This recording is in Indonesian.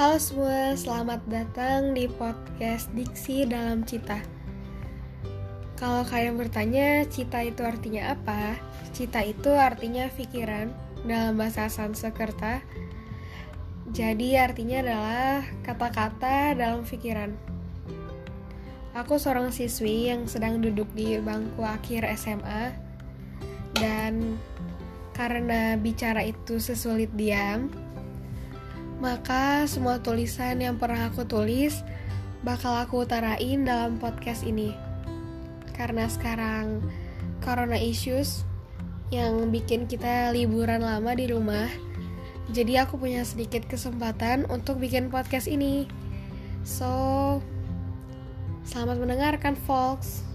Halo semua, selamat datang di podcast Diksi dalam Cita. Kalau kalian bertanya, cita itu artinya apa? Cita itu artinya pikiran dalam bahasa Sanskerta. Jadi artinya adalah kata-kata dalam pikiran. Aku seorang siswi yang sedang duduk di bangku akhir SMA. Dan karena bicara itu sesulit diam, maka semua tulisan yang pernah aku tulis bakal aku utarain dalam podcast ini. Karena sekarang corona issues yang bikin kita liburan lama di rumah, jadi aku punya sedikit kesempatan untuk bikin podcast ini. So, selamat mendengarkan folks.